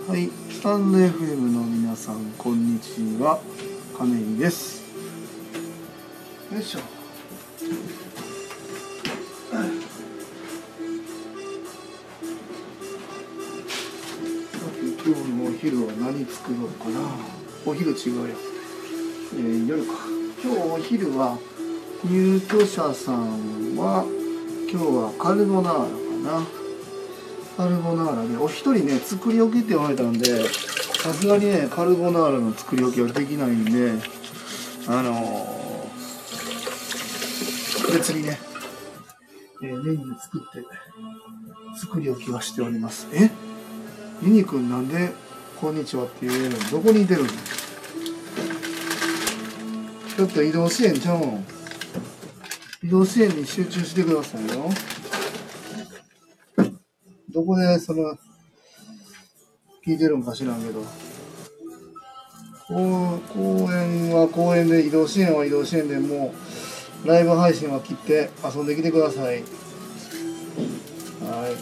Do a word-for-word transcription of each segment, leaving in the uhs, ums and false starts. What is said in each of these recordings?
はい、スタンド エフエム の皆さん、こんにちは。亀井です。よいしょ。さて、今日のお昼は何作ろうかな。お昼違うよ。えー、夜か。今日お昼は、入居者さんは、今日はカルボナーラかな。カルボナーラで、お一人ね、作り置きって言われたんで、さすがにね、カルボナーラの作り置きはできないんで、あのー、別にね、えー、メニュー作って、作り置きはしております。えユニくんなんで、こんにちはって言えるの？どこにいてるの？ちょっと移動支援ちゃうん。移動支援に集中してくださいよ。どこで、その、聞いてるんか知らんけど。公園は公園で、移動支援は移動支援で、もうライブ配信は切って遊んできてください。はい。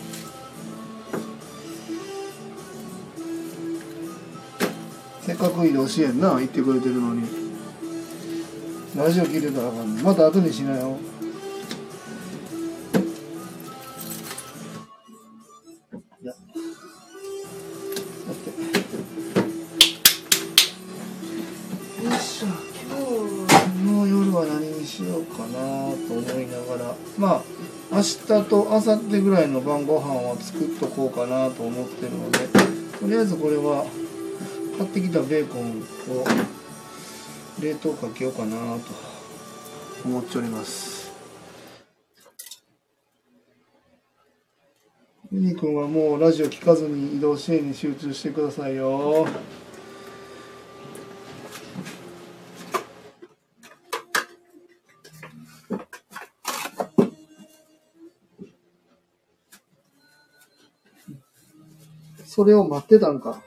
せっかく移動支援な言ってくれてるのに、ラジオ聞いてたらあかんね。また後にしなよ。いや、さて、よいしょ。今日の夜は何にしようかなと思いながら、まあ明日と明後日ぐらいの晩ご飯は作っとこうかなと思ってるので、とりあえずこれは買ってきたベーコンを冷凍かけようかなと思っております。ユニくんはもうラジオ聞かずに移動支援に集中してくださいよ。それを待ってたんか。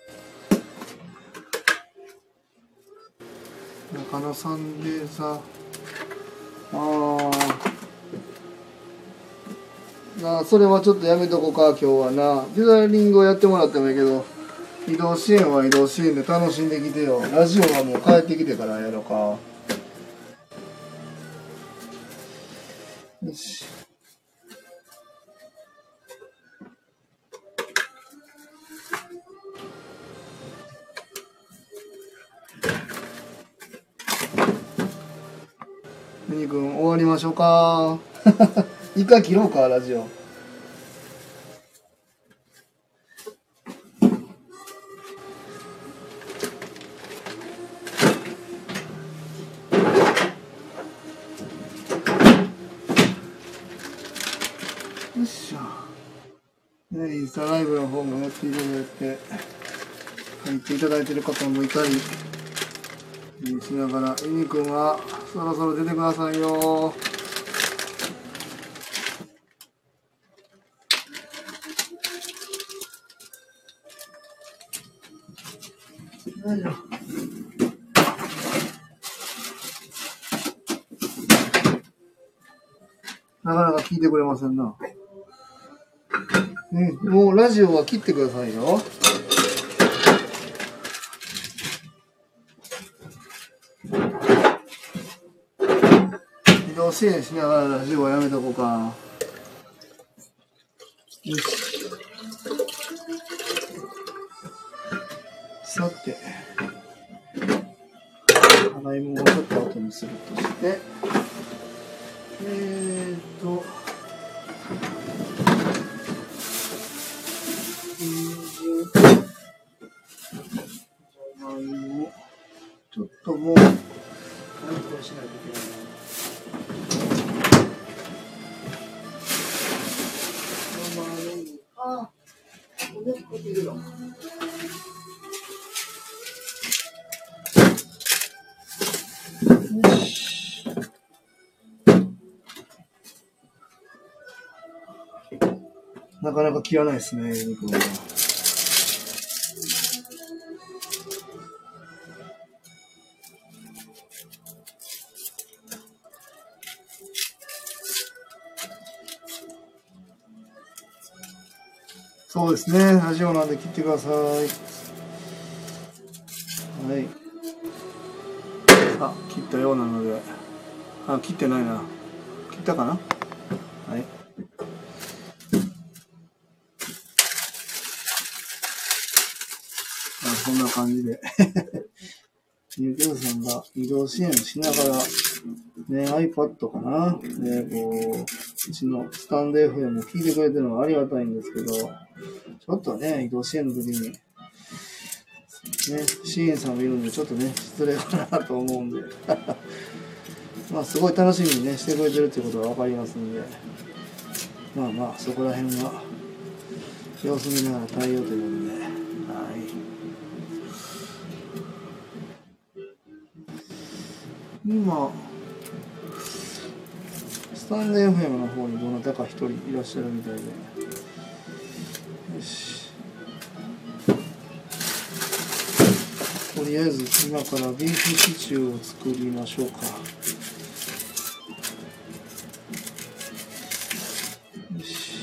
中野さんでさ、ああ、それはちょっとやめとこうか、今日はな。デザイニングをやってもらってもいいけど、移動支援は移動支援で楽しんできてよ。ラジオはもう帰ってきてからやろうか。よし。ユニくん、終わりましょうか。一回切ろうか、ラジオ。よっしゃ。ね、インスタライブの方もやっていただいて、入っていただいてる方もいたりしながら、ユニくんはそろそろ出てくださいよ。よいしょ。なかなか聞いてくれませんな。うん、もうラジオは切ってくださいよ。移動支援しながらラジオはやめとこうか。よし。さて、洗い物をちょっと後にするとして、えーっと、ちょっともう、解凍しないといけないな。あ、おねっこいるよ。よし。なかなか切らないですね、ユニくんは。 そうですね、ラジオなんで切ってください。はい。さあ、切ったようなので、あ、切ってないな。切ったかな。はい。あ、そんな感じで。ニューケルさんが移動支援しながら、ね、iPad かな。ね、こう、うちのスタンド エフエム 聞いてくれてるのはありがたいんですけど、ちょっとね、移動支援の時に、ね、支援さんもいるんで、ちょっとね、失礼かなと思うんで。まあ、すごい楽しみにね、してくれてるっていうことがわかりますんで、まあまあ、そこら辺は、様子見ながら対応ということで、はい。今、スタンド エフエム の方にどなたか一人いらっしゃるみたいで、よし。とりあえず今からビーフシチューを作りましょうか。よし。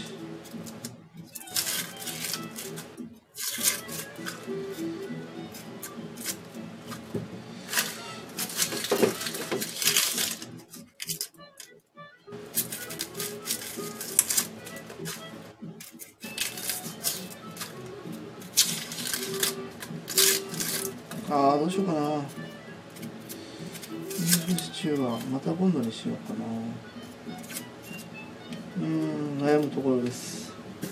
ああ、どうしようかな。ビーフシチューはまた今度にしようかな。うーん、悩むところです。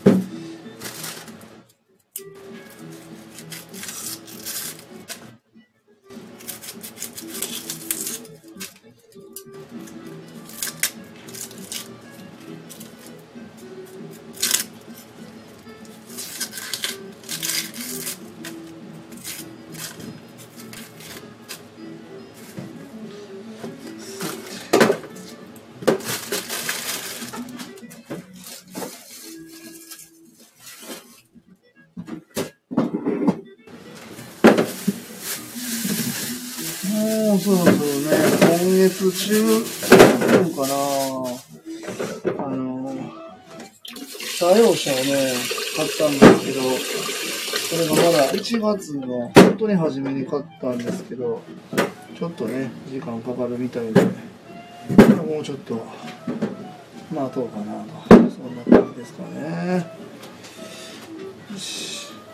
もうそろそろね、今月中かな、あの、車用車をね、買ったんですけど、それがまだいちがつの本当に初めに買ったんですけど、ちょっとね、時間かかるみたいで、もうちょっと、まあ、どうかなと、そんな感じですかね。よし。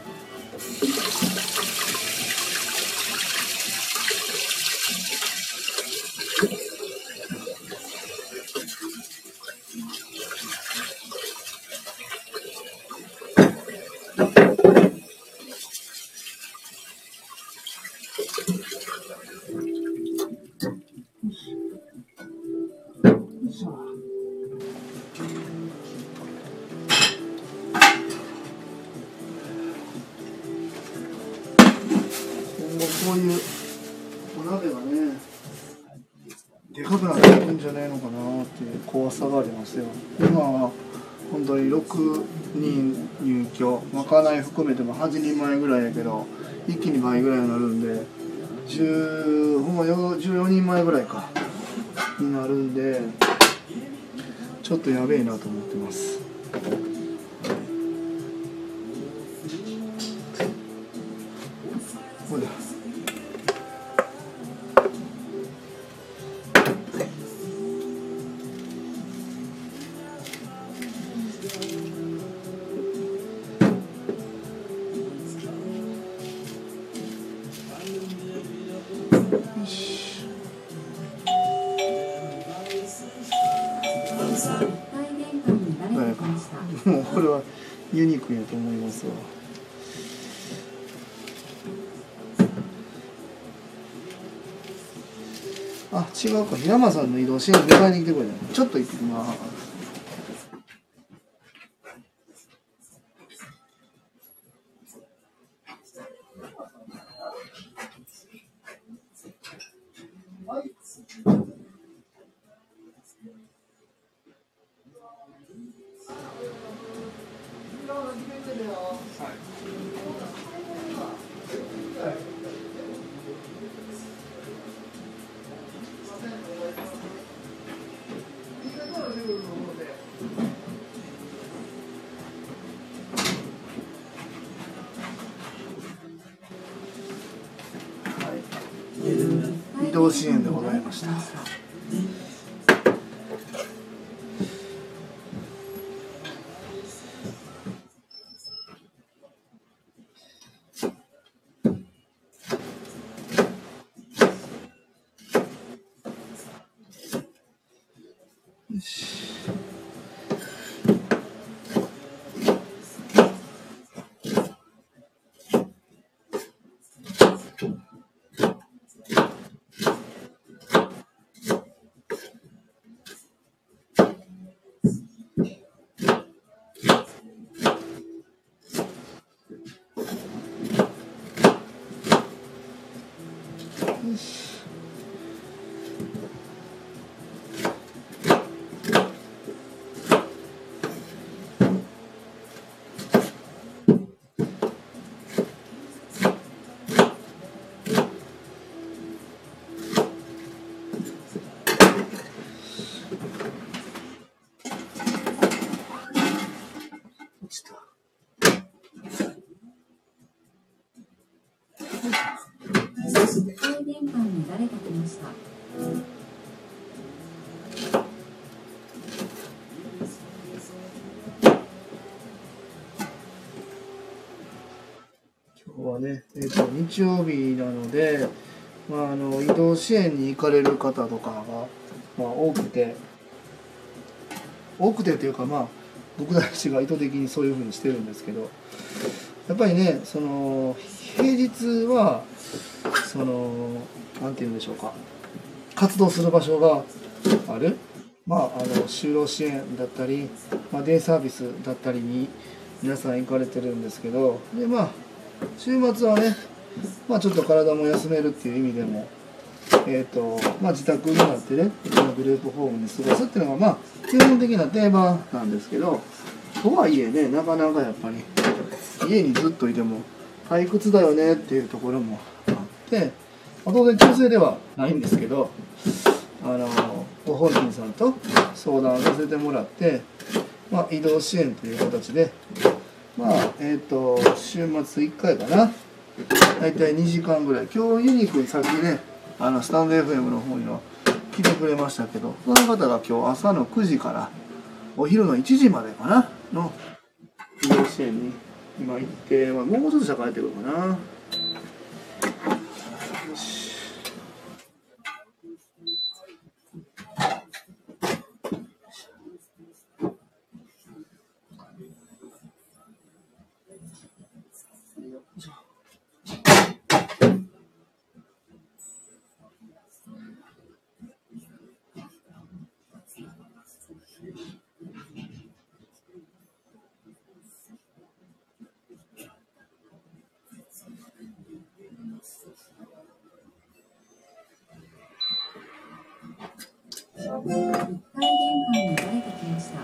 こういうお鍋がね、でかくなっていくんじゃないのかなっていう怖さがありますよ。今は本当にろくにん入居、まかない含めてもはちにんまえぐらいやけど、一気に倍ぐらいになるんで、じゅう、ほんまじゅうよにんまえぐらいか、になるんで、ちょっとやべえなと思ってます。ほら。もうこれはユニークやと思いますわ。あ、違うか、平間さんの移動支援迎えに来てくれない。ちょっと行ってきます。はい。 動支援でございました。よし。 玄関に誰か来ました。 今日はね、えーと、日曜日なので、まあ、あの移動支援に行かれる方とかが、まあ、多くて多くてというか、まあ、僕たちが意図的にそういうふうにしてるんですけど、やっぱりね、その平日はそのなんて言うんでしょうか、活動する場所がある、まあ、あの就労支援だったり、まあ、デイサービスだったりに皆さん行かれてるんですけど、でまあ週末はね、まあ、ちょっと体も休めるっていう意味でも、えーとまあ、自宅になってね、グループホームに過ごすっていうのがまあ基本的な定番なんですけど、とはいえね、なかなかやっぱり家にずっといても退屈だよねっていうところもあって、まあ、当然強制ではないんですけど、あのご本人さんと相談させてもらって、まあ、移動支援という形で、まあえっ、ー、と週末いっかいかな、だいたいにじかんぐらい、今日ユニくんさっきね、あのスタンド エフエム の方には来てくれましたけど、その方が今日朝のくじからお昼のいちじまでかなの移動支援に今行って、まあ、もうちょっとしたら帰ってくるかな。よし。 いっかい玄関に誰か来ました。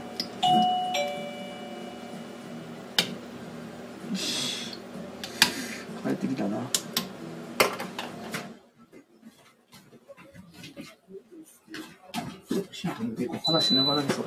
よし。帰ってきたな。シートに結構話しながらにそう。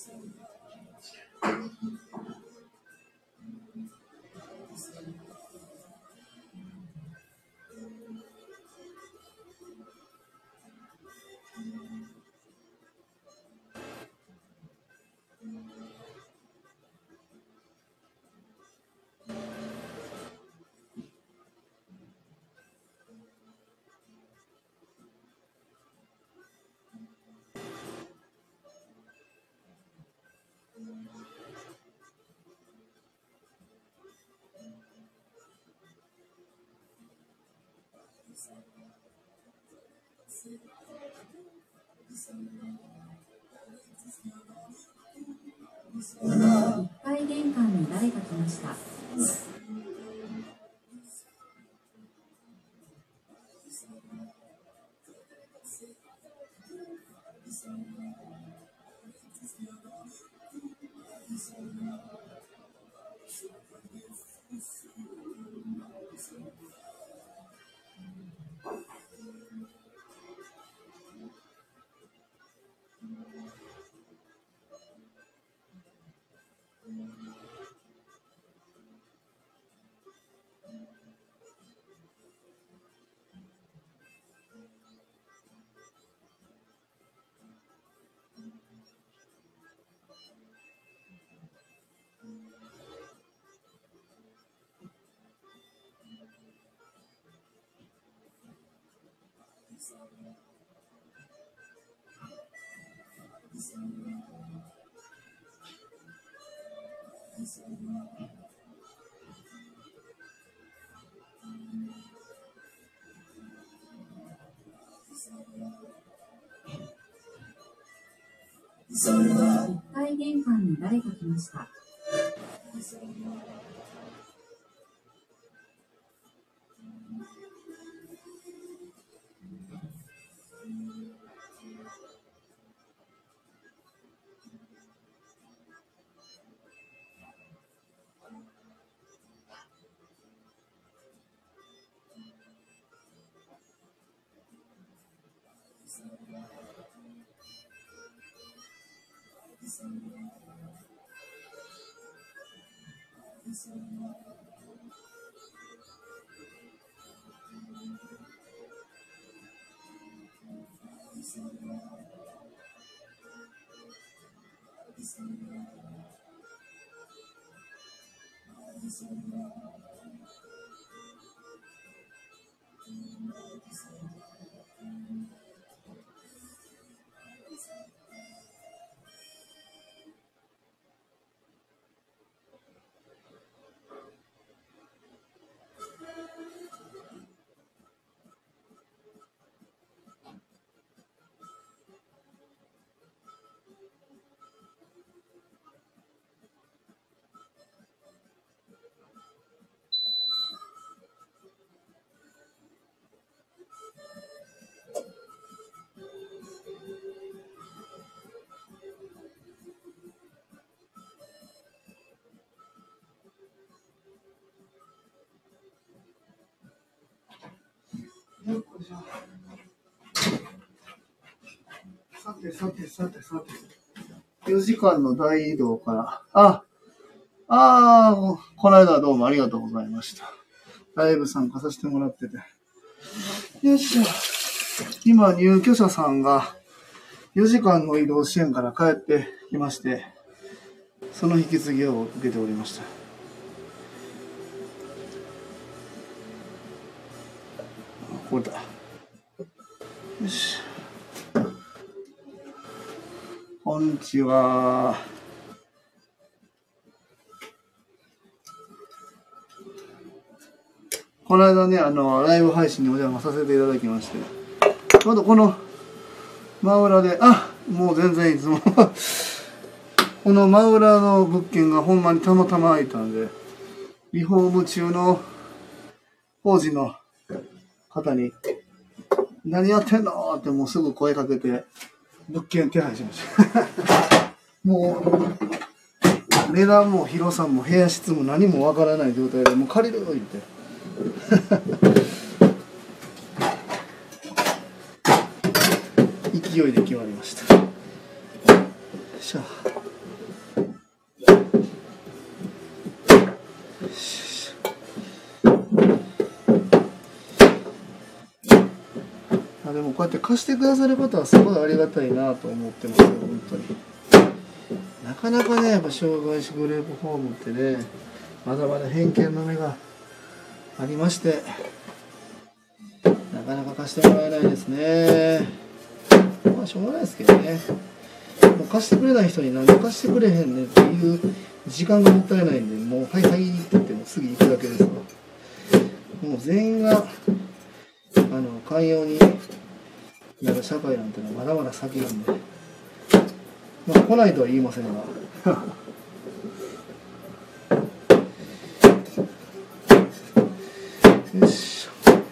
いっかい玄関に誰か来ました。いっかい玄関に誰か来ました。 さてさてさてさて。よじかんの大移動から。あ、あー、この間はどうもありがとうございました。ライブ参加させてもらってて。よいしょ。今、入居者さんがよじかんの移動支援から帰ってきまして、その引き継ぎを受けておりました。これだ。よし。こんにちは。この間ね、あの、ライブ配信にお邪魔させていただきまして、まだこの真裏で、あ、もう全然いつもこの真裏の物件がほんまにたまたま空いたんで、リフォーム中の工事の方に、何やってんのってもうすぐ声かけて、物件手配しました。もう、値段も広さも部屋質も何もわからない状態で、もう借りる言って。勢いで決まりました。よいしょ。 あでもこうやって貸してくださる方はすごいありがたいなと思ってますよ、本当に。なかなかね、やっぱ障害者グループホームってね、まだまだ偏見の目がありまして、なかなか貸してもらえないですね。まあしょうがないですけどね。もう貸してくれない人になんで貸してくれへんねんっていう時間がもったいないんで、もうはいはいって言っても次行くだけですわ。もう全員があの寛容になる社会なんてのはまだまだ先なんで、まあ来ないとは言いませんが。よし。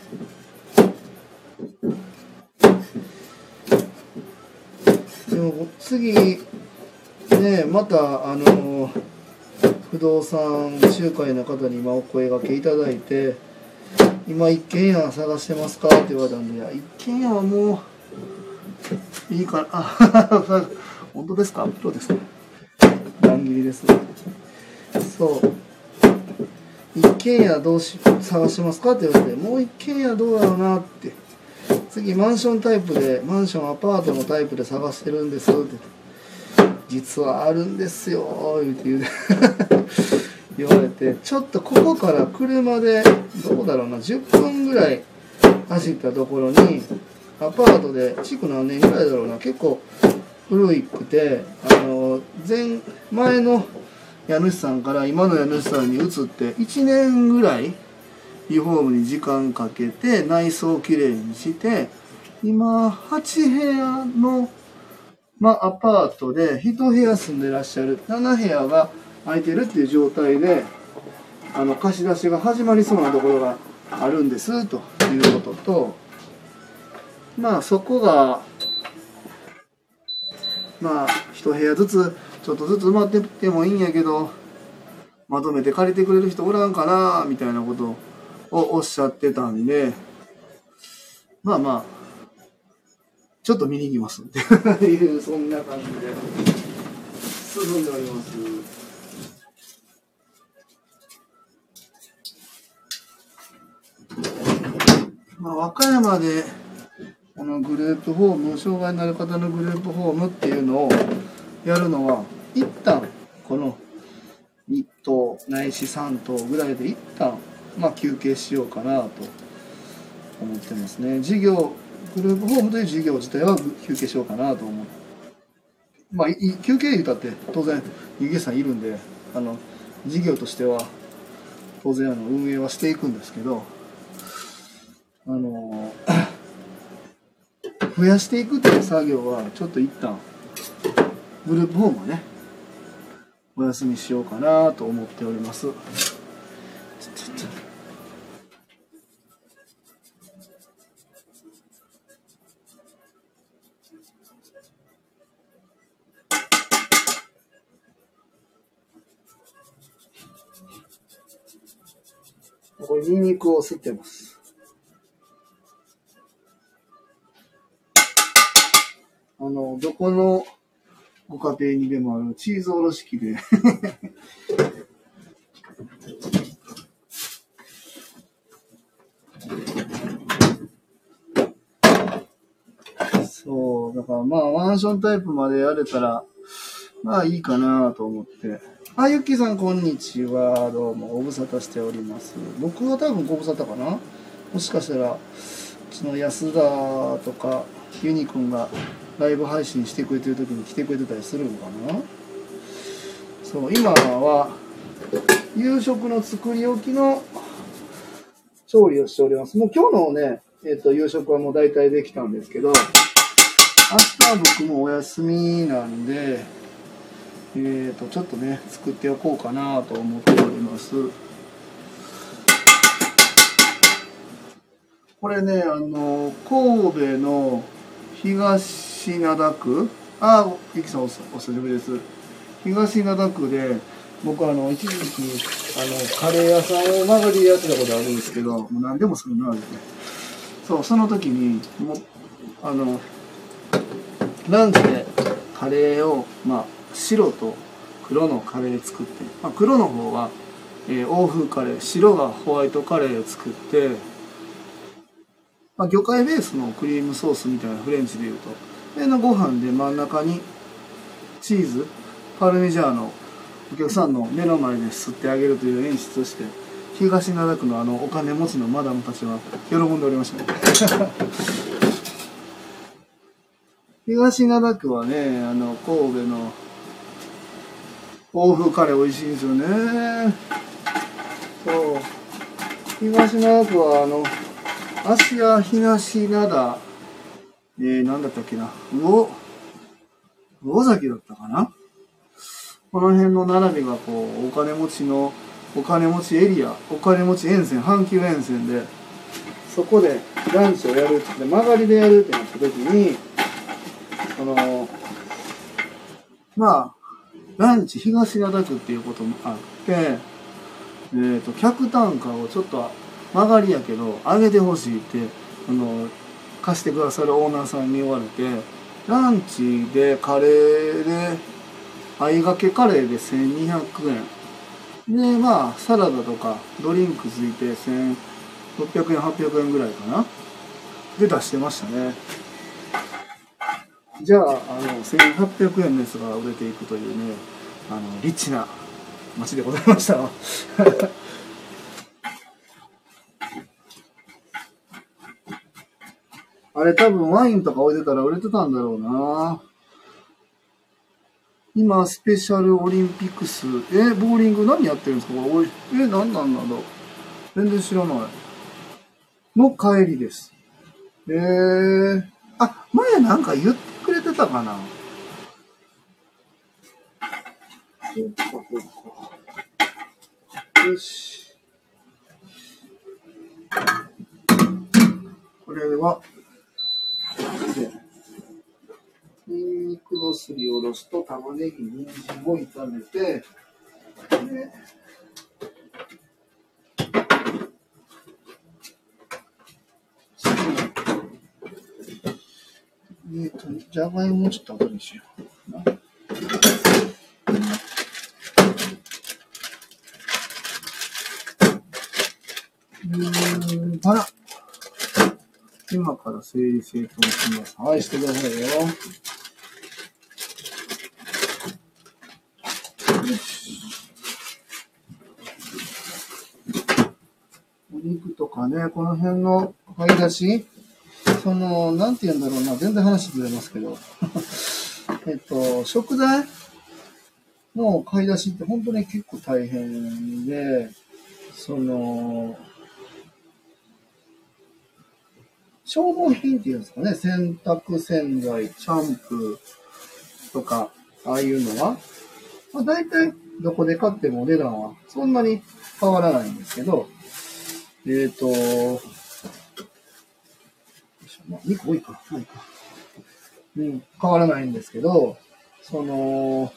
でも次ね、またあの不動産仲介の方に今お声掛けいただいて、今一軒家探してますかって言われたんで、いや一軒家はもういいかな。あ、本当ですか？プロですね。乱切りです。そう。一軒家どうし探してますかって言われて、もう一軒家どうだろうなって。次マンションタイプで、マンションアパートのタイプで探してるんですって。実はあるんですよ言うて言うて言われて、ちょっとここから車でどうだろうな、じゅっぷんぐらい走ったところにアパートで、築何年ぐらいだろうな、結構古くて、あの前前の家主さんから今の家主さんに移っていちねんぐらいリフォームに時間かけて内装をきれいにして、今はちへやの、まあ、アパートでいち部屋住んでらっしゃる、なな部屋が空いてるっていう状態で、あの貸し出しが始まりそうなところがあるんですということと、まあそこがまあいち部屋ずつちょっとずつ埋まってってもいいんやけど、まとめて借りてくれる人おらんかなみたいなことをおっしゃってたんで、まあまあちょっと見に行きますっていう、そんな感じで進んでおります。まあ、和歌山でこのグループホーム、障害のある方のグループホームっていうのをやるのは、一旦このに棟ないしさん棟ぐらいで一旦まあ休憩しようかなと思ってますね。事業グループホームという事業自体は休憩しようかなと思う。まあ休憩言うたって当然湯気さんいるんで、あの事業としては当然あの運営はしていくんですけど、あの増やしていくっていう作業はちょっと一旦グループホームはねお休みしようかなと思っております。これニンニクを吸ってます。あのどこのご家庭にでもあるチーズおろし器でそうだからまあマンションタイプまでやれたらまあいいかなと思って。あ、ゆっきーさんこんにちは。どうもご無沙汰しております。僕は多分ご無沙汰かな。もしかしたらうちの安田とかユニくんがライブ配信してくれてる時に来てくれてたりするのかな。そう今は夕食の作り置きの調理をしております。もう今日のね、えっと夕食はもう大体できたんですけど、明日は僕もお休みなんで、えーとちょっとね作っておこうかなと思っております。これね、あの神戸の東灘区、あ、ゆきさんお久しぶりです。東灘区で僕あの一時期あのカレー屋さんを曲がりやってたことあるんですけど、もう何でもするなですね。そうその時にもあのランチでカレーをまあ白と黒のカレー作って、まあ、黒の方は、えー、欧風カレー、白がホワイトカレーを作って、 まあ、魚介ベースのクリームソースみたいなフレンチでいうと、でのご飯で真ん中にチーズ、パルミジャーノ、お客さんの目の前で吸ってあげるという演出をして、東灘区のあのお金持ちのマダムたちは喜んでおりましたね。東灘区はね、あの神戸の欧風カレー美味しいんですよね。そう。東灘区はあの芦屋東灘、えー、なんだったっけな、魚、魚崎だったかな。この辺の並びがこうお金持ちのお金持ちエリア、お金持ち沿線、阪急沿線で、そこでランチをやるって、曲がりでやるってなった時に、その、まあ、ランチ東灘区っていうこともあって、えーと、客単価をちょっと曲がりやけど、上げてほしいって、あの、貸してくださるオーナーさんに言われて、ランチでカレーで、相掛けカレーでせんにひゃくえん。で、まあ、サラダとかドリンクついてせんろっぴゃくえん、はっぴゃくえんぐらいかな。で出してましたね。じゃあ、あの、せんはっぴゃくえんのやつが売れていくというね、あの、リッチな街でございました。あれ多分ワインとか置いてたら売れてたんだろうな。今、スペシャルオリンピックス。え、ボーリング何やってるんですかこれ。え、何なんだろう。全然知らない。の帰りです。えー。あ、前なんか言ってくれてたかな。そうか、そうか。よし。これは、ニンニクのすりおろしと玉ねぎ、人参を炒めて、で、えーと、じゃがいもちょっと後にしよう。うーん、あら。今から整理整頓します。はい、してくださいよ。お肉とかね、この辺の買い出し、その、なんて言うんだろうな、全然話ずれますけど、えっと、食材の買い出しって本当に結構大変で、その、消耗品っていうんですかね、洗濯洗剤、シャンプーとか、ああいうのは、まあ、大体どこで買ってもお値段はそんなに変わらないんですけど、えっと、まあ、にこ多いか、ないか。うん、変わらないんですけど、その、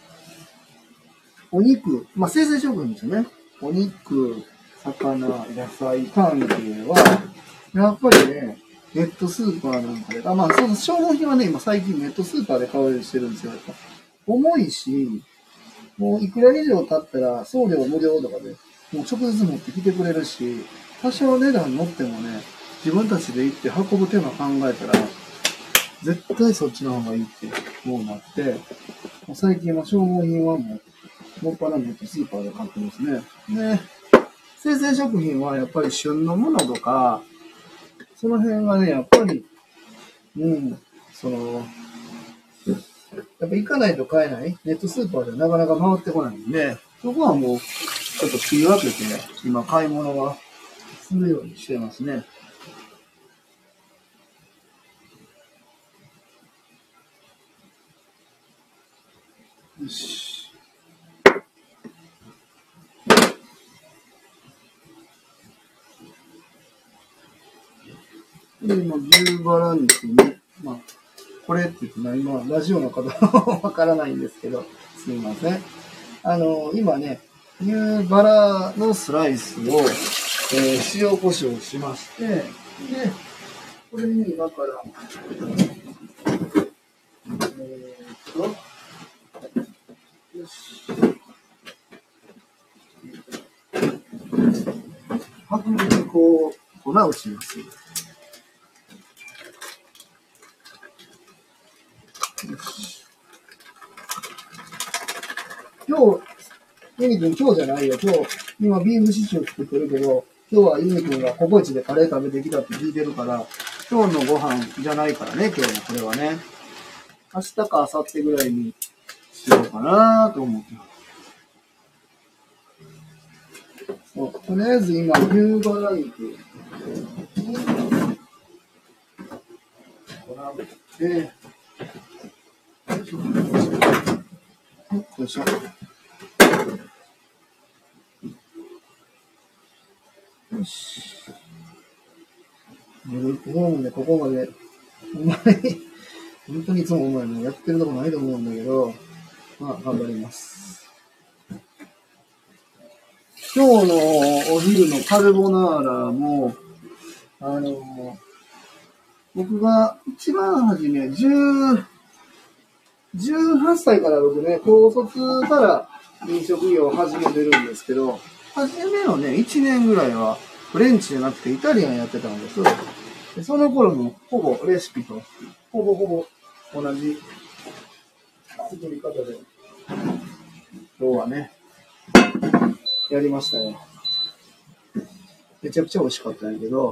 お肉、まあ、生鮮食品ですよね。お肉、魚、野菜関係は、やっぱりね、ネットスーパーなんかで、あ、まあ、その消耗品はね、今最近ネットスーパーで買うようにしてるんですよ。重いし、もういくら以上経ったら送料無料とかで、もう直接持ってきてくれるし、多少値段乗ってもね、自分たちで行って運ぶ手間考えたら、絶対そっちの方がいいってもうなって、最近は消耗品はもう、もっぱらネットスーパーで買ってますね。で、生鮮食品はやっぱり旬のものとか、その辺がね、やっぱり、うん、その、やっぱ行かないと買えない、ネットスーパーではなかなか回ってこないんで、そこはもう、ちょっと切り分けて、今買い物はするようにしてますね。よし。で、今、牛バラ肉に、まあ、これって言ってね、今、ラジオの方はわからないんですけど、すみません。あの、今ね、牛バラのスライスを、えー、塩コショウしまして、で、これに今から、えー、っと、よし。薄力粉を粉をします。 今日、ユニ君今日じゃないよ。今日、今ビーフシチュー作ってるけど、今日はユニ君がココイチでカレー食べてきたって聞いてるから、今日のご飯じゃないからね、今日のこれはね。明日か明後日ぐらいにしようかなと思ってます。そう、とりあえず今、牛バラ肉。で、よいしょ。よいしょ。よし。夜行くんで、ここまで、うまい。本当にいつもうまいのやってるとこないと思うんだけど、まあ、頑張ります。今日のお昼のカルボナーラも、あの、僕が一番初め、じゅう、じゅうはっさいから僕ね、高卒から飲食業を始めてるんですけど、初めのね、いちねんぐらいはフレンチじゃなくてイタリアンやってたんです。でその頃のほぼレシピと、ほぼほぼ同じ作り方で、今日はね、やりましたよ。めちゃくちゃ美味しかったんやけど、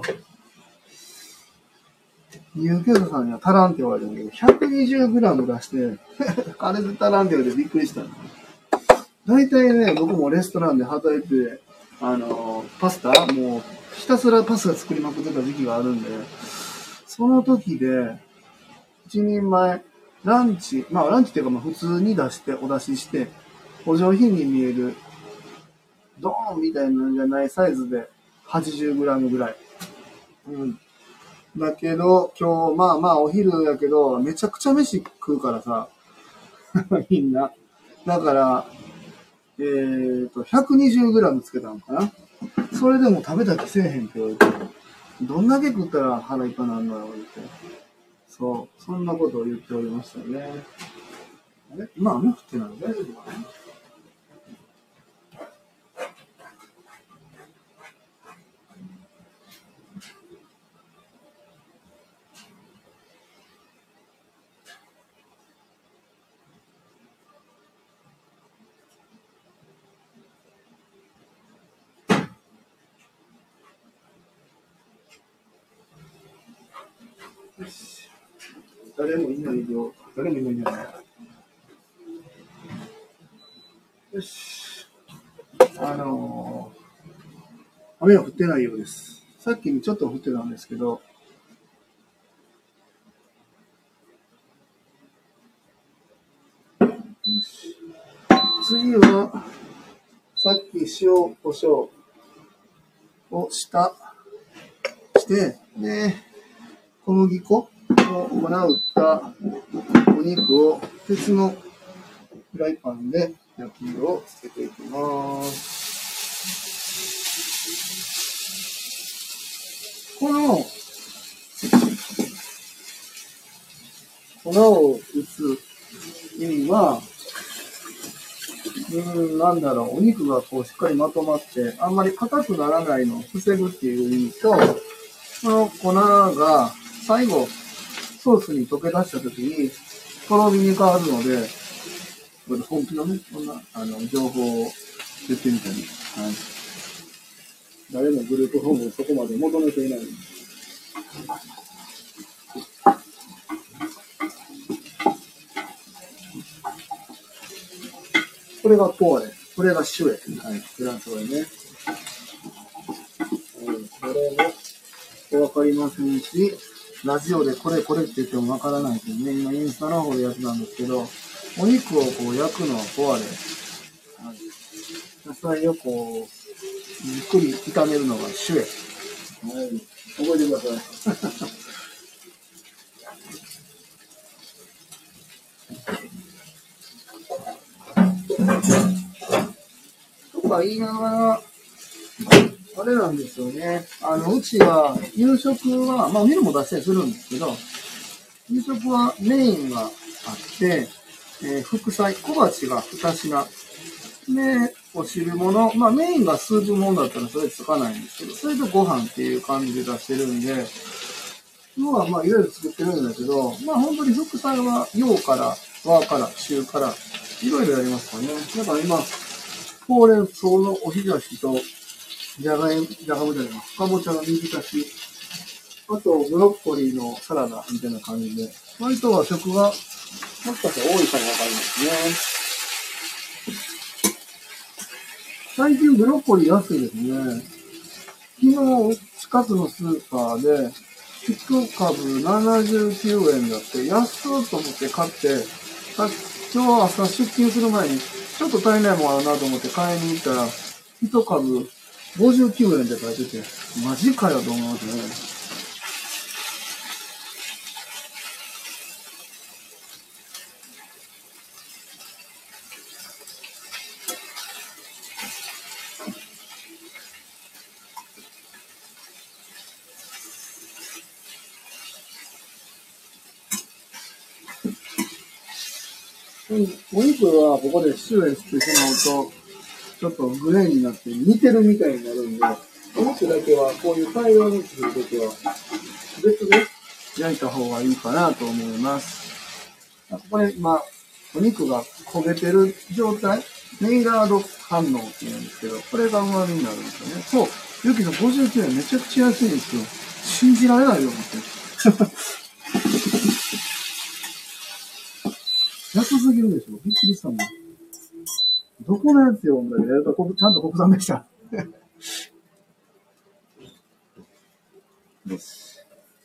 入居者さんには足らんって言われたんだけど、ひゃくにじゅうグラム出して、あれで足らんって言われてびっくりした。大体ね、僕もレストランで働いて、あのー、パスタもうひたすらパスタ作りまくってた時期があるんで、その時で、一人前、ランチ、まあランチっていうかまあ普通に出して、お出しして、お上品に見える、ドーンみたいなんじゃないサイズで、はちじゅうグラムぐらい。うん。だけど、今日、まあまあお昼やけど、めちゃくちゃ飯食うからさ、みんな。だから、えーと、ひゃくにじゅうグラムつけたのかな。それでも食べた気せえへんって言われて、どんだけ食ったら腹いっぱいなんだろうって。そう、そんなことを言っておりましたね。あれ今雨降ってないの大丈夫かな。よし。誰もいないよ。誰もいないんじゃない。よし。あのー、雨は降ってないようです。さっきにちょっと降ってたんですけど、よし。次は、さっき塩、胡椒をした、して、で、小麦粉を粉を打ったお肉を鉄のフライパンで焼き色をつけていきます。この粉を打つ意味は、うーん、なんだろう、お肉がこうしっかりまとまって、あんまり硬くならないのを防ぐっていう意味と、この粉が最後、ソースに溶け出したときに、とろみに変わるので、これ本気のね、こんな、あの、情報を言ってみたり、はい。誰もグループホームをそこまで求めていない。これがポーレ、これがシュエ、はい、フランス語でね。うん、これもわかりませんし、ラジオでこれこれって言ってもわからないけどね、今インスタの方でやってたんですけど、お肉をこう焼くのはポワレ、はい、野菜をこうゆっくり炒めるのがシュエ、はい、覚えてください。とか言いながら、あれなんですよね。あの、うちは、夕食は、まあ、お昼も出したりするんですけど、夕食はメインがあって、えー、副菜、小鉢がに品。で、お汁物、まあ、メインがスープもんだったらそれつかないんですけど、それとご飯っていう感じで出してるんで、 のは、まあ、いろいろ作ってるんだけど、まあ、本当に副菜は、洋から、和から、中から、いろいろやりますからね。だから今、ほうれん草のおひたしと、じゃがいも、じゃがいもじゃないな、かぼちゃの水炊き、あと、ブロッコリーのサラダみたいな感じで、割と和食が、もしかしたら多いかもわかりますね。最近ブロッコリー安いですね。昨日、近くのスーパーで、いっかぶななじゅうきゅうえんだって、安いと思って買って、さ今日朝出勤する前に、ちょっと足りないもんあるなと思って買いに行ったら、いっかぶごじゅうきゅうえんで書いてて、マジかよと思いますね。うん、お肉はここで塩でしてしまうと、ちょっとグレーになって似てるみたいになるんで、お肉だけはこういう大量にするときは別で焼いた方がいいかなと思います。ここで今、お肉が焦げてる状態、メイラード反応って言うんですけど、これが旨味になるんですよね。そう、ゆきさんごじゅうきゅうえんめちゃくちゃ安いんですよ。信じられないよ、って。安すぎるでしょ。びっくりしたもん。どこのやつよ、んだけど、ちゃんと国産でした。です。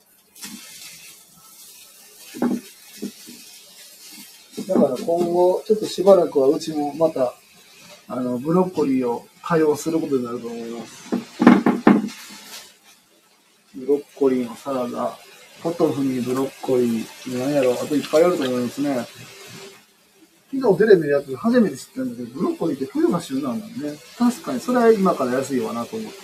だから今後、ちょっとしばらくはうちもまた、あの、ブロッコリーを多用することになると思います。ブロッコリーのサラダ、ポトフにブロッコリー、なんやろ、あといっぱいあると思いますね。昨日テレビでやって初めて知ったんだけど、ブロッコリーって冬が旬なんだね。確かに、それは今から安いわなと思って。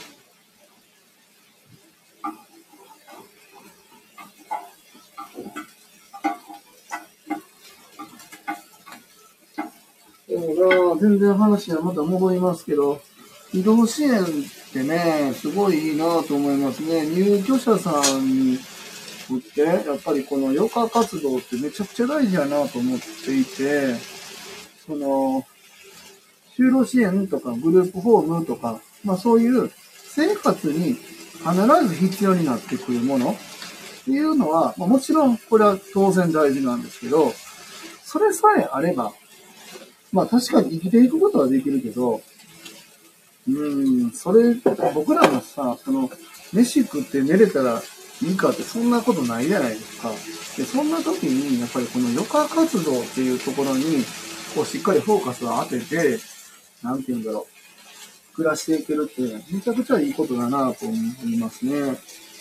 でもな、全然話はまた戻りますけど、移動支援ってね、すごいいいなと思いますね。入居者さんにとって、やっぱりこの余暇活動ってめちゃくちゃ大事やなと思っていて、その、就労支援とかグループホームとか、まあそういう生活に必ず必要になってくるものっていうのは、まあ、もちろんこれは当然大事なんですけど、それさえあれば、まあ確かに生きていくことはできるけど、うーん、それ、僕らもさ、その、飯食って寝れたらいいかってそんなことないじゃないですか。で、そんな時に、やっぱりこの余暇活動っていうところに、こうしっかりフォーカスを当てて、なんて言うんだろう、暮らしていけるって、めちゃくちゃいいことだなと思いますね。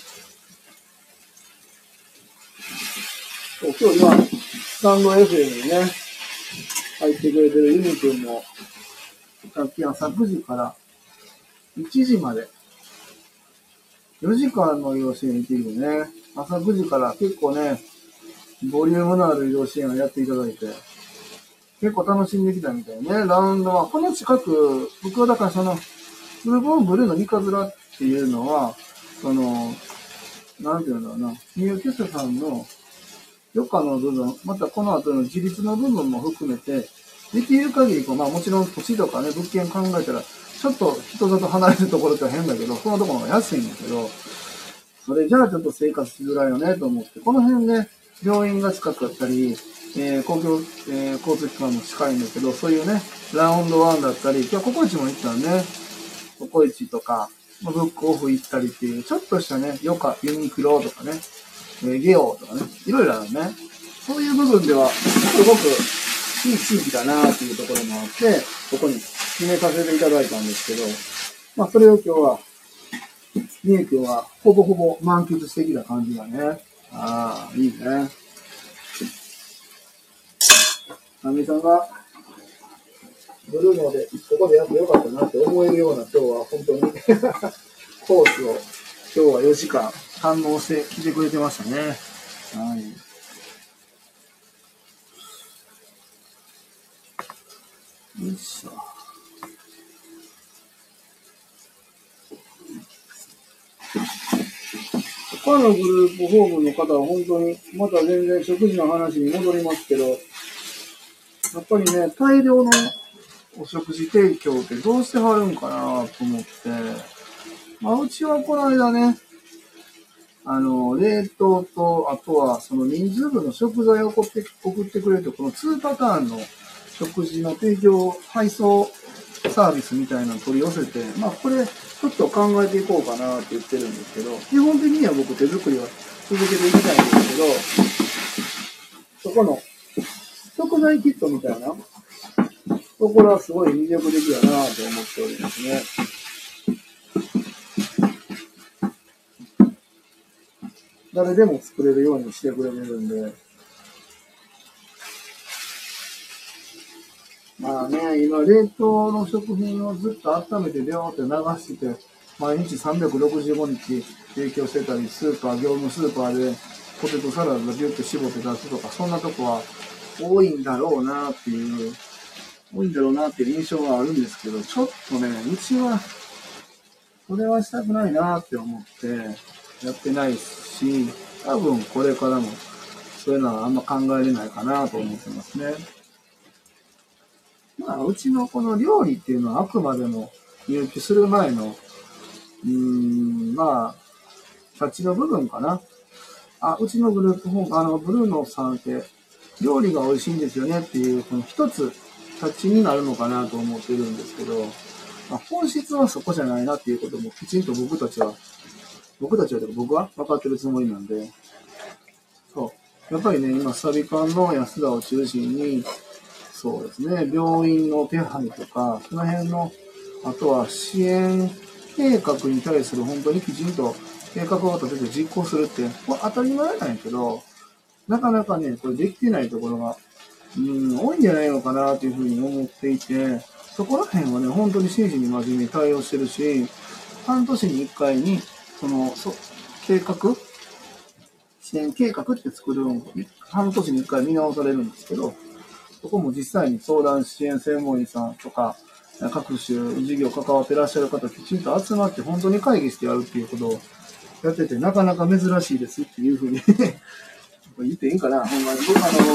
そう今日今、スタンド エフエム にね、入ってくれてるユニくんも、さっき朝くじからいちじまで、よじかんの移動支援っていうね、朝くじから結構ね、ボリュームのある移動支援をやっていただいて、結構楽しんできたみたいね。ラウンドは、この近く、僕はだからその、ブルボンブルーの三日面っていうのは、その、なんていうんだろうな、入居者さんの余暇の部分、またこの後の自立の部分も含めて、できる限りこう、まあもちろん土地とかね、物件考えたら、ちょっと人里離れるところって変だけど、そのところが安いんだけど、それじゃあちょっと生活しづらいよねと思って、この辺ね、病院が近かったり、えー、公共、えー、交通機関も近いんだけど、そういうね、ラウンドワンだったり、今日ココイチも行ったらね、ココイチとか、ブックオフ行ったりっていう、ちょっとしたね、余暇、ユニクロとかね、えー、ゲオとかね、いろいろあるね。そういう部分では、すごくいい地域だなっていうところもあって、ここに決めさせていただいたんですけど、まあそれを今日は、三重県はほぼほぼ満喫してきた感じだね。ああ、いいね。ナミさんが、ブルーノで、ここでやってよかったなって思えるような今日は本当にコースを今日はよじかん堪能してきてくれてましたね。はい。よいしょ。 他のグループホームの方は本当に、また全然食事の話に戻りますけど、やっぱりね、大量のお食事提供ってどうしてはるんかなと思って、まあ、うちはこの間ね、あの、冷凍と、あとはその人数分の食材を送って、送ってくれると、このにパターンの食事の提供、配送サービスみたいなのを取り寄せて、まあこれちょっと考えていこうかなって言ってるんですけど、基本的には僕手作りは続けていきたいんですけど、そこの食材キットみたいなところはすごい魅力的だなと思っておりますね。誰でも作れるようにしてくれてるんで、まあね、今冷凍の食品をずっと温めてビョーって流してて、毎日さんびゃくろくじゅうごにち提供してたり、スーパー、業務スーパーでポテトサラダビュッて絞って出すとか、そんなとこは多いんだろうなっていう、多いんだろうなっていう印象はあるんですけど、ちょっとね、うちは、これはしたくないなって思ってやってないし、多分これからもそういうのはあんま考えれないかなと思ってますね。まあ、うちのこの料理っていうのはあくまでも入居する前の、うーん、まあ、キャッチの部分かな。あ、うちのグループホーム、あの、ブルーノさんって料理が美味しいんですよねっていう、この一つキャッチになるのかなと思ってるんですけど、まあ、本質はそこじゃないなっていうこともきちんと僕たちは、僕たちはというか僕は分かってるつもりなんで、そう。やっぱりね、今、サビ館の安田を中心に、そうですね、病院の手配とか、その辺の、あとは支援計画に対する本当にきちんと計画を立てて実行するって、これ当たり前なんやけど、なかなかね、これできてないところが、うん、多いんじゃないのかなというふうに思っていて、そこら辺はね、本当に真摯に真面目に対応してるし、半年にいっかいに、その、そ計画、支援計画って作る、半年にいっかい見直されるんですけど、そこも実際に相談支援専門員さんとか、各種事業関わってらっしゃる方きちんと集まって本当に会議してやるっていうことをやってて、なかなか珍しいですっていうふうに言っていいんかな。ほんまに僕あの、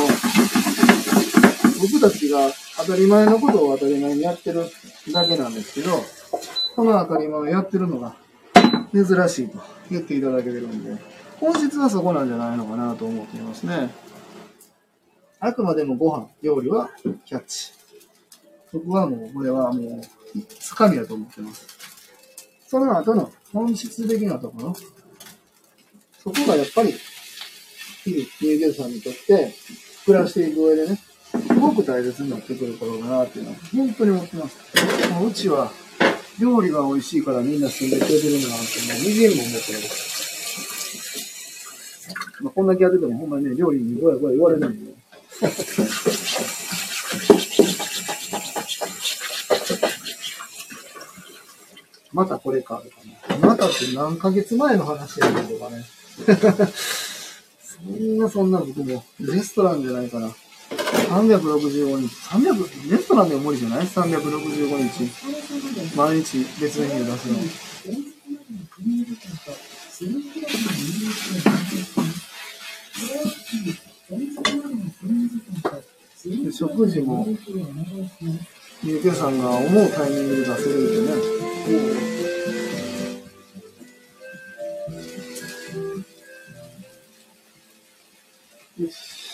僕たちが当たり前のことを当たり前にやってるだけなんですけど、その当たり前をやってるのが珍しいと言っていただけてるんで、本質はそこなんじゃないのかなと思っていますね。あくまでもご飯、料理はキャッチ。僕はもう、これはもう、つかみだと思ってます。その後の本質的なところ、そこがやっぱり、日々、入居者さんにとって暮らしていく上でね、すごく大切になってくることだなっていうのは、本当に思ってます。もううちは、料理が美味しいからみんな住んでくれてるんだなって、もうみじんも思ってる。まあ、こんだけやってても、ほんまにね、料理にごやごや言われないんで。またこれか、とかね。またって何ヶ月前の話やねんとかね。そんなそんな僕も、レストランじゃないかな。さんびゃくろくじゅうごにち、さんびゃく、レストランでも無理じゃない ?さんびゃくろくじゅうごにち。毎日別メニュー出すの。で食事も、入居さんが思うタイミングで出せるってね。よし。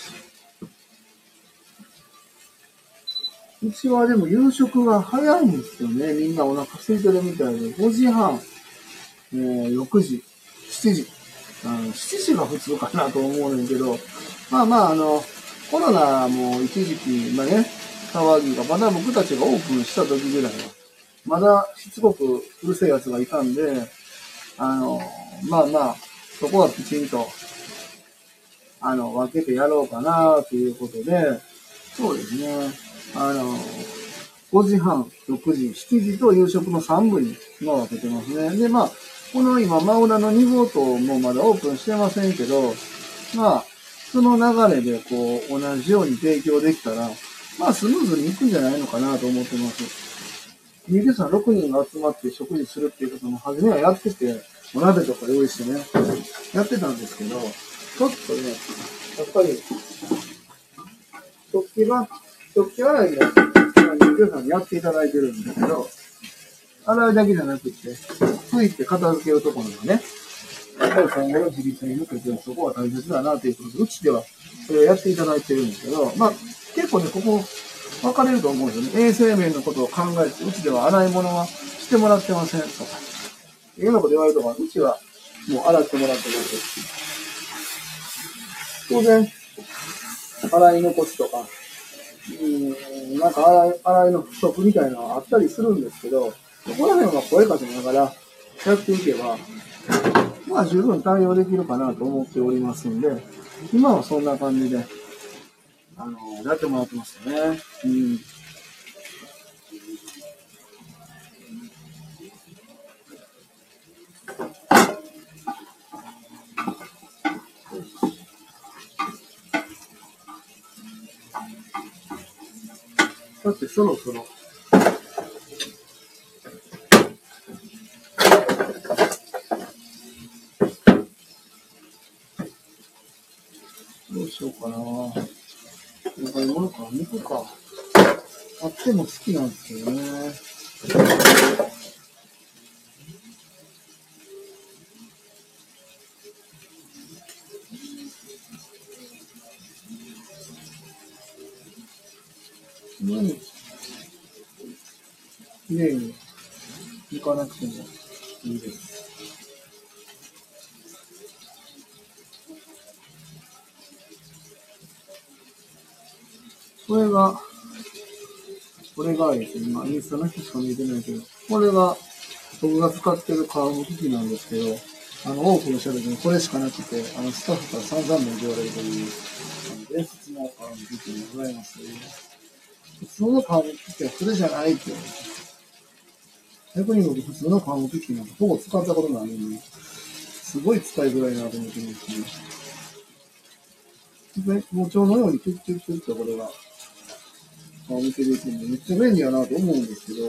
うちはでも夕食が早いんですよね。みんなお腹空いてるみたいで。ごじはん、えー、ろくじ、しちじ。あのしちじが普通かなと思うねんけど、まあまあ、あの、コロナも一時期、まあね、騒ぎが、まだ僕たちがオープンした時ぐらいは、まだしつこくうるせえやつがいたんで、あの、まあまあ、そこはきちんと、あの、分けてやろうかなということで、そうですね、あの、ごじはん、ろくじ、しちじと夕食のさんぶに今分けてますね。で、まあ、この今、真裏のに号棟もまだオープンしてませんけど、まあ、その流れでこう、同じように提供できたら、まあ、スムーズにいくんじゃないのかなと思ってます。入居者さんろくにんが集まって食事するっていうことも初めはやってて、 お鍋とか用意してね、やってたんですけど、ちょっとね、やっぱり、食器は、食器洗いが、入居さんにやっていただいてるんですけど、洗うだけじゃなくて、拭いて片付けるところがね、やっぱり今後の自立に向けてそこは大切だなということで、うちではそれをやっていただいてるんですけど、まあ、結構ね、ここ分かれると思うんですよね。衛生面のことを考えて、うちでは洗い物はしてもらってませんとか、いうようなこと言われるとか、うちはもう洗ってもらってますし、当然、洗い残しとか、うん、なんか洗い、洗いの不足みたいなのはあったりするんですけど、そこら辺は声かけながらやっていけば、まあ十分対応できるかなと思っておりますんで、今はそんな感じで、あの、やってもらってますよね。うん。さて、そろそろ、どうしようかな。お買い物か、肉か。あっても好きなんですけどね。何綺麗に行かなくてもいいです。これが、これがですね、今インスタの人しか見えてないけど、これが僕が使ってる皮むき器なんですけど、あの、多くの人たちにこれしかなくて、あの、スタッフから散々も言われるという、あの、伝説の皮むき器でございます。普通の皮むき器はそれじゃないって言われて、逆に僕普通の皮むき器なんかほぼ使ったことないのに、すごい使いづらいなと思ってるんですね。包丁のようにキュッキュッキュッとこれが皮むけできるんで、めっちゃ便利やなと思うんですけど、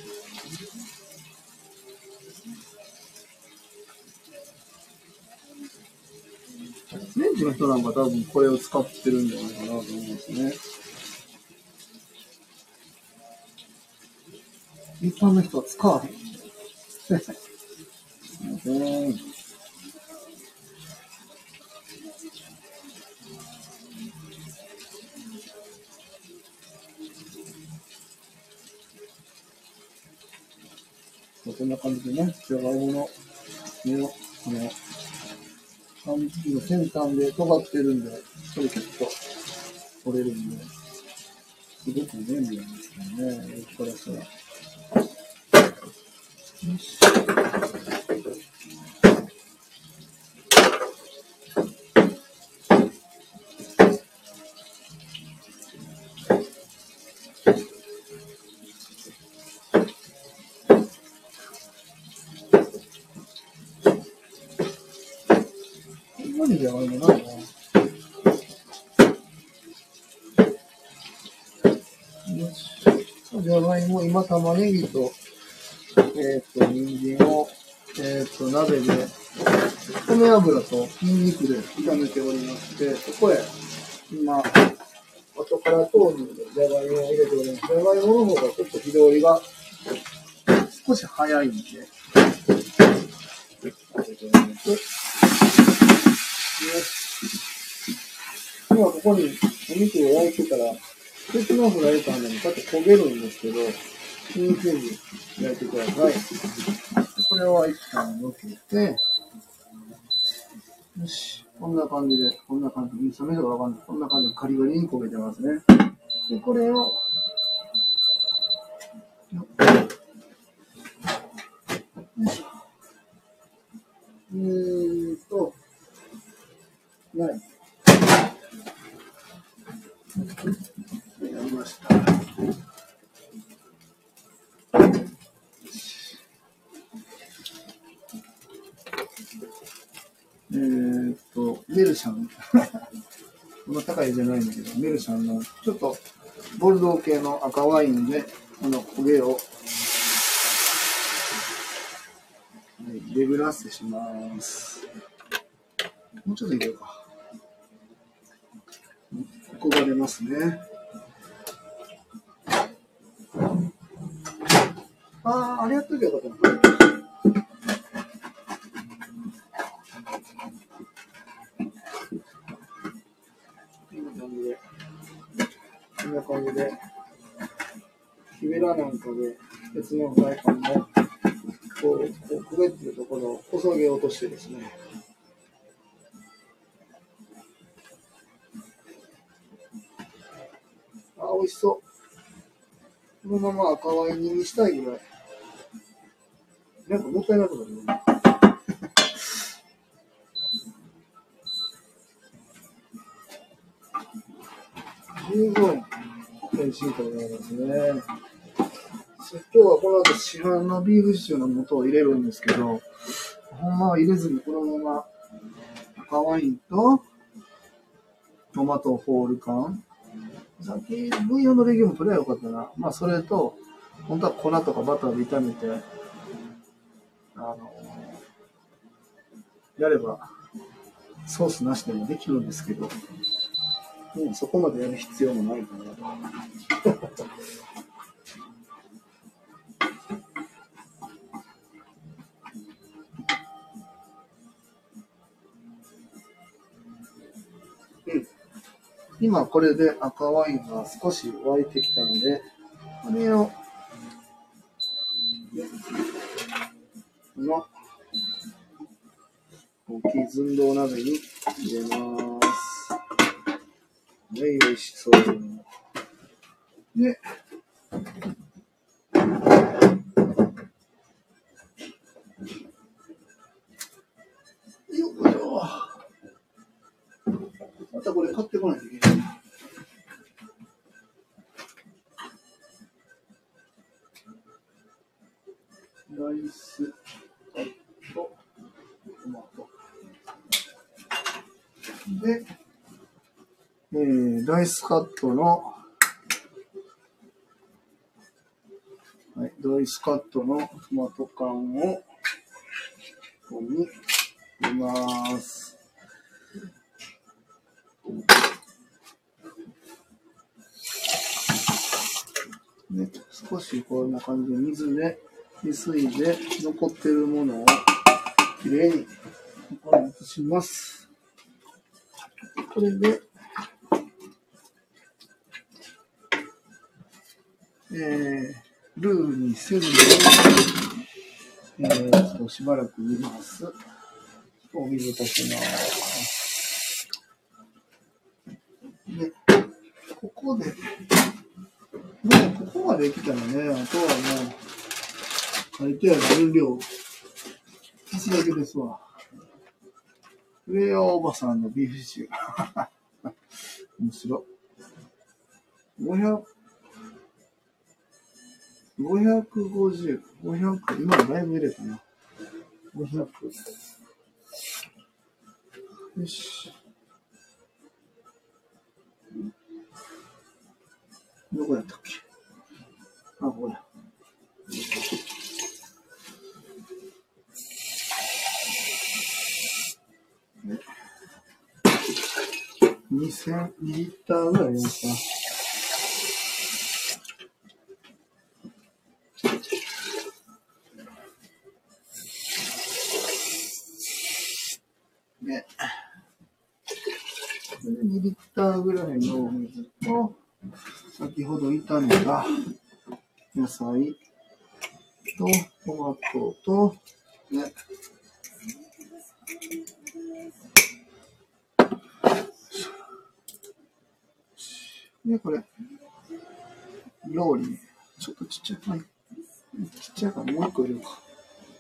フレンチの人なんか多分これを使ってるんじゃないかなと思いますね。一般の人は使わへん。すいません。こんな感じでね、じゃがいもの根を、この、半分の先端で尖ってるんで、それキュッと取れるんで、すごく便利なんですけどね、これからしたら。よし。何じゃがいもないな。よし。じゃがいも、今玉ねぎと、えっと、人参を、えっと、鍋で、米油とニンニクで炒めておりまして、そこへ、今、後から豆乳でじゃがいもを入れております。じゃがいもの方がちょっと火通りが少し早いんで、今ここにお肉を焼いてたら、別のフライパンでもちょっと焦げるんですけど、均一に焼いてください。これは一旦抜けて、よし、こんな感じで、こんな感じで、冷めたかわかんない。こんな感じでカリカリに焦げてますね。で、これを、えーっと、ない。やりました。えーっと、メルシャン。この高いじゃないんだけど、メルシャンのちょっとボルドー系の赤ワインで、この焦げを、はい、 デグラッセします。もうちょっと入れようか。ここが出ますね。ああ、あれやっときゃよかったな。こんな感じで、こんな感じで、木べらなんかで別のフライパンのこう、こう焦げてるところをこそげ落としてですね。ああ、美味しそう。このまま赤ワイン煮にしたいぐらい。なんかもったいなくなるね。十分美味しいと思いますね。今日はこの後市販のビーフシチューの素を入れるんですけど、ほんまは入れずにこのまま赤ワインとトマトホール缶、さっきブイヨンのレギューム取ればよかったな。まあそれと、本当は粉とかバターで炒めて、あのやればソースなしでもできるんですけど、もうそこまでやる必要もないかなと。うん、今これで赤ワインが少し沸いてきたので、これをこの大きい寸胴鍋に入れます。はい、美味しそう。で、よっこいしょ。またこれ買ってこないといけない。ライスカットトマトで、えー、ライスカットの、はい、ライスカットのトマト缶をここに入れます。で、少しこんな感じで水でゆすいで残っているものをきれいにここに移します。これで、えー、ルーにせずに、えー、としばらく煮ます。お水足します。で、ここで、もうここまで来たらね、あとはもう、書いてある分量、足すだけですわ。これはおばさんのビーフシチュー。面白い。ごひゃく、ごひゃくごじゅう、ごひゃく、今だいぶ入れたな。ごひゃく。よし。どこやったっけ？あ、ここだ。にせんリッターぐらい入れますか。ね。にリッターぐらいのお水と、先ほど炒めた野菜とトマトと、ね。で、これ、ローリー。ちょっとちっちゃい。はい。ちっちゃいからもう一個入れようか。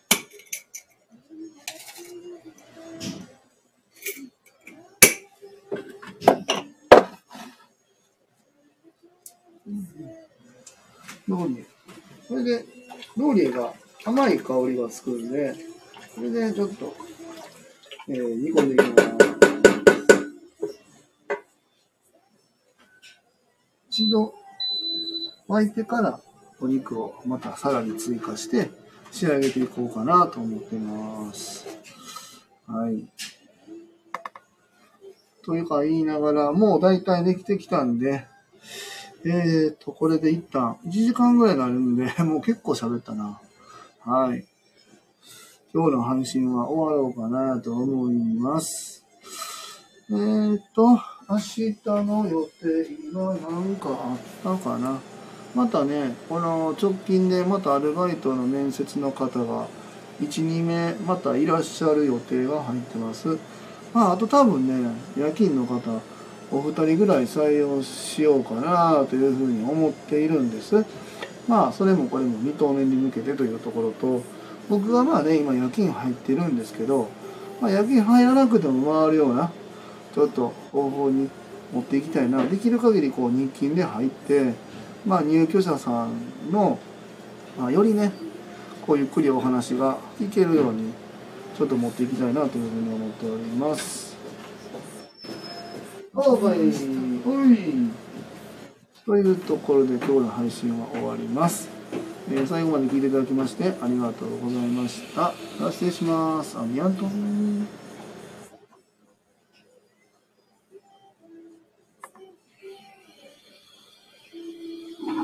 ローリエ。これで、ローリエが甘い香りがつくんで、これでちょっと、えー、煮込んでいきます。一度沸いてからお肉をまたさらに追加して仕上げていこうかなと思ってます。はい。というか言いながら、もうだいたいできてきたんで、えーと、これで一旦いちじかんぐらいになるんで、もう結構喋ったな。はい。今日の配信は終わろうかなと思います。えーと、明日の予定が何かあったかな。またね、この直近でまたアルバイトの面接の方がいち、にめいまたいらっしゃる予定が入ってます。まあ、あと多分ね、夜勤の方、お二人ぐらい採用しようかなというふうに思っているんです。まあ、それもこれもに等目に向けてというところと、僕がまあね、今夜勤入ってるんですけど、まあ、夜勤入らなくても回るような、ちょっと方法に持っていきたいな。できる限りこう日勤で入って、まあ入居者さんの、まあ、よりね、こうゆっくりお話が聞けるように、ちょっと持っていきたいなというふうに思っております。はい、おい。というところで今日の配信は終わります。えー、最後まで聞いていただきましてありがとうございました。失礼します。ありがとう。